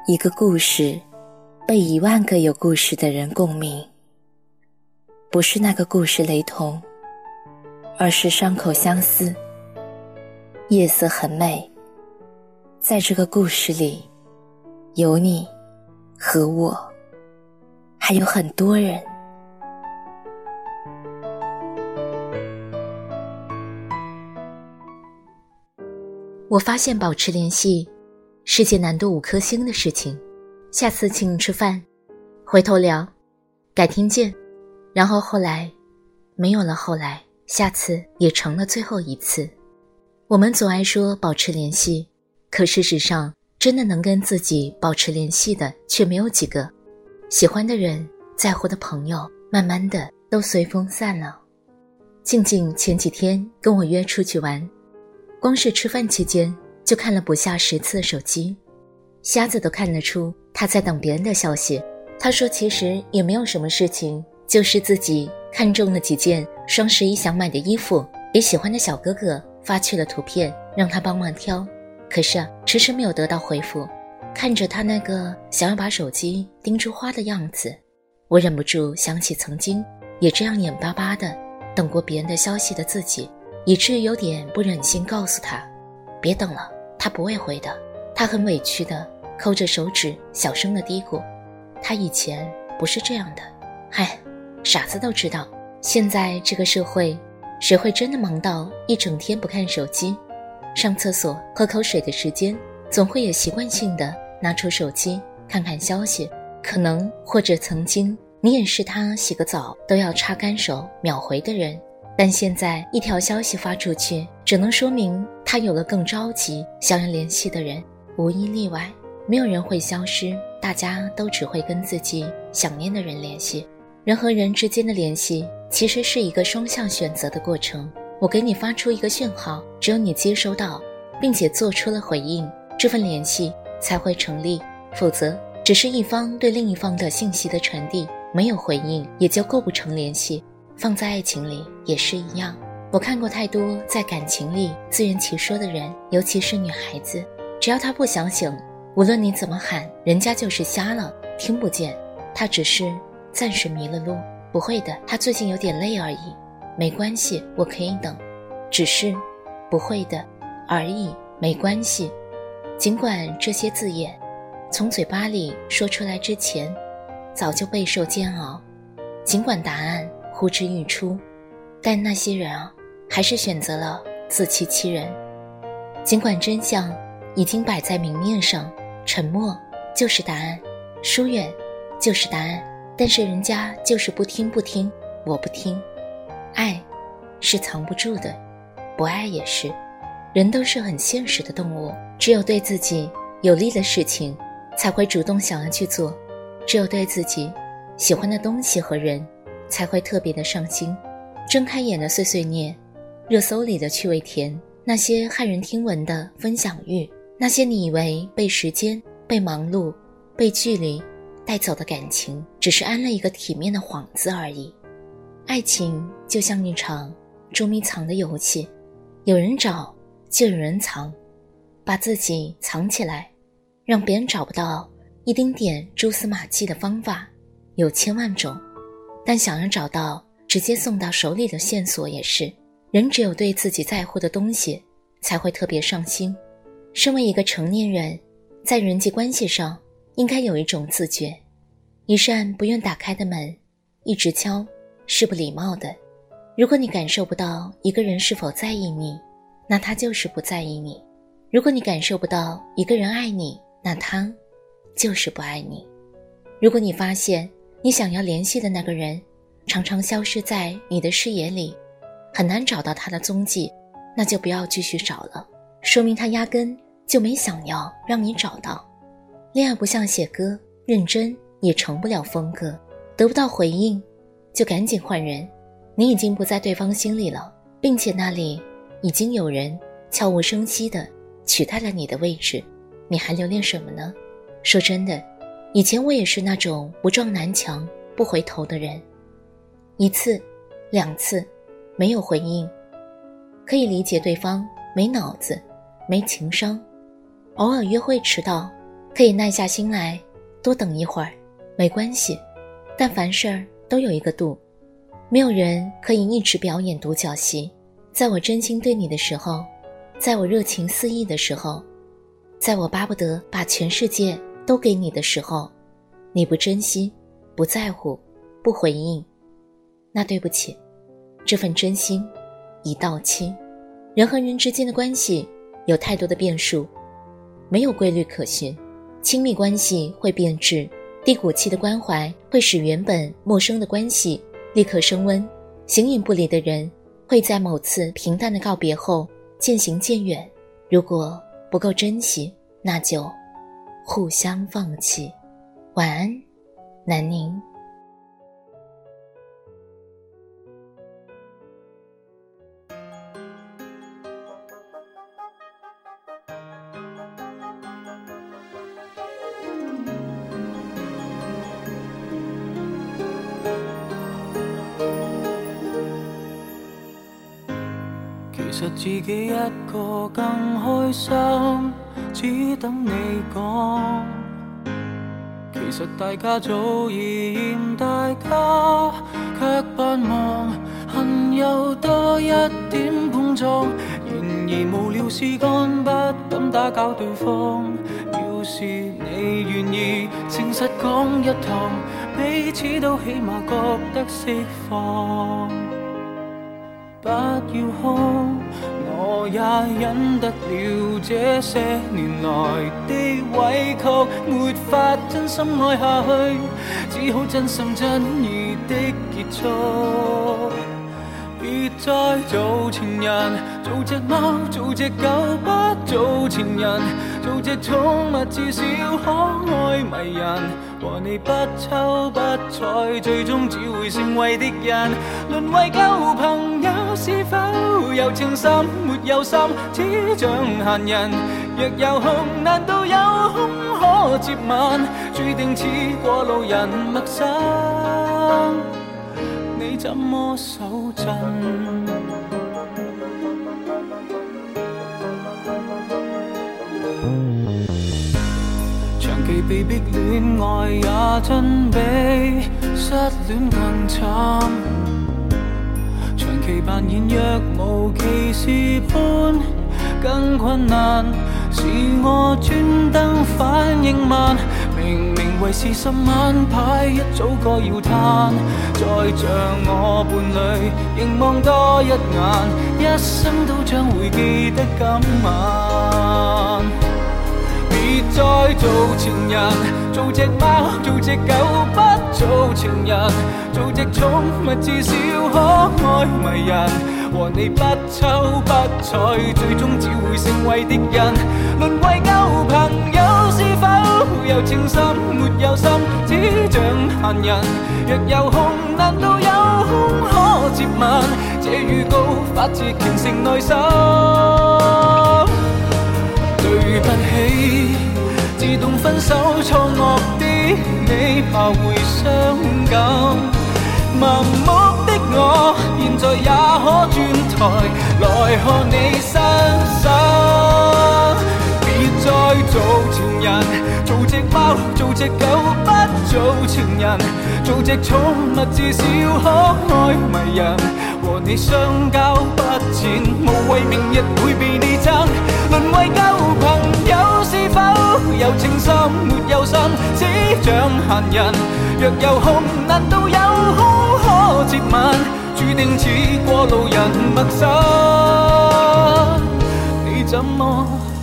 一个故事被10000个有故事的人共鸣，不是那个故事雷同，而是伤口相似。夜色很美，在这个故事里有你和我，还有很多人。 我发现保持联系是件难度5颗星的事情。下次请你吃饭，回头聊，改天见。然后后来没有了后来，下次也成了最后一次。我们总爱说保持联系，可事实上真的能跟自己保持联系的却没有几个。喜欢的人，在乎的朋友，慢慢的都随风散了。静静前几天跟我约出去玩，光是吃饭期间就看了不下10次手机。瞎子都看得出他在等别人的消息。他说其实也没有什么事情，就是自己看中了几件双11想买的衣服，给喜欢的小哥哥发去了图片，让他帮忙挑。可是迟迟没有得到回复。看着他那个想要把手机盯住花的样子，我忍不住想起曾经也这样眼巴巴的等过别人的消息的自己，以至于有点不忍心告诉他别等了，他不会回的。他很委屈的抠着手指小声的嘀咕，他以前不是这样的。嗨，傻子都知道，现在这个社会，谁会真的忙到一整天不看手机？上厕所喝口水的时间，总会也习惯性的拿出手机看看消息。可能或者曾经你也是他洗个澡都要擦干手秒回的人，但现在一条消息发出去，只能说明他有了更着急想要联系的人。无一例外，没有人会消失，大家都只会跟自己想念的人联系。人和人之间的联系其实是一个双向选择的过程。我给你发出一个讯号，只有你接收到并且做出了回应，这份联系才会成立，否则只是一方对另一方的信息的传递，没有回应也就构不成联系。放在爱情里也是一样。我看过太多在感情里自圆其说的人，尤其是女孩子，只要她不想醒，无论你怎么喊，人家就是瞎了，听不见。她只是暂时迷了路，不会的，她最近有点累而已，没关系，我可以等。只是不会的而已，没关系。尽管这些字眼从嘴巴里说出来之前早就备受煎熬，尽管答案呼之欲出，但那些人还是选择了自欺欺人。尽管真相已经摆在明面上，沉默就是答案，疏远就是答案，但是人家就是不听，我不听。爱是藏不住的，不爱也是。人都是很现实的动物，只有对自己有利的事情才会主动想要去做，只有对自己喜欢的东西和人才会特别的上心。睁开眼的碎碎念，热搜里的趣味甜，那些骇人听闻的分享欲，那些你以为被时间、被忙碌、被距离带走的感情，只是安了一个体面的幌子而已。爱情就像一场捉迷藏的游戏，有人找就有人藏，把自己藏起来，让别人找不到一丁点蛛丝马迹的方法有千万种，但想要找到直接送到手里的线索也是。人只有对自己在乎的东西才会特别上心。身为一个成年人，在人际关系上应该有一种自觉。一扇不愿打开的门一直敲是不礼貌的。如果你感受不到一个人是否在意你，那他就是不在意你。如果你感受不到一个人爱你，那他就是不爱你。如果你发现你想要联系的那个人常常消失在你的视野里，很难找到他的踪迹，那就不要继续找了，说明他压根就没想要让你找到。恋爱不像写歌，认真也成不了风格，得不到回应就赶紧换人。你已经不在对方心里了，并且那里已经有人悄无声息地取代了你的位置，你还留恋什么呢？说真的，以前我也是那种不撞南墙不回头的人。1次2次没有回应，可以理解对方没脑子没情商，偶尔约会迟到可以耐下心来多等一会儿，没关系，但凡事儿都有一个度。没有人可以一直表演独角戏。在我真心对你的时候，在我热情四溢的时候，在我巴不得把全世界都给你的时候，你不珍惜，不在乎，不回应，那对不起，这份真心已到期。人和人之间的关系有太多的变数，没有规律可循。亲密关系会变质，地骨气的关怀会使原本陌生的关系立刻升温，形影不离的人会在某次平淡的告别后渐行渐远。如果不够珍惜，那就互相放弃。晚安，南宁。 其實自己一個更開心，只等你講。其實大家早已嫌大家，卻扮忙，恨有多一點碰撞。然而無聊事幹，不敢打攪對方。要是你願意誠實講一趟，彼此都起碼覺得釋放。不要哭，我也忍得了這些年來的委屈，沒法真心愛下去，只好真心真意的結束。別再做情人，做隻貓，做隻狗，不做情人，做隻寵物，至少可愛迷人。和你不瞅不睬，最終只會成為敵人。淪為舊朋友，是否有情深沒有心，只像閒人。若有空，難道有空可接吻？注定似過路人陌生，你怎麼手震？長期被逼戀愛也真比失戀更慘，長期扮演若無其事般更困難，是我專登反應慢，明明為是10晚牌一早該要攤，再像我伴侶凝望多一眼，一生都將會記得今晚。別再做情人，做隻貓，做隻狗，不做情人，做隻寵物，至少可愛迷人。和你不瞅不睬，最終只會成為敵人。淪為舊朋友，是否有情深沒有心，只像閒人。若有空，難道有空可接吻？這預告發自虔誠內心。對不起，自動分手錯愕的你，怕會傷感。盲目的我，現在也可轉台來看你傷心。別再做情人，做隻貓，做隻狗，不做情人，做隻寵物，至少可愛迷人。和你相交不淺，無謂明日會被你爭。淪為舊朋友，是否有情深沒有心，只像閒人。若有空，難道有空可接吻？注定似過路人陌生，你怎麼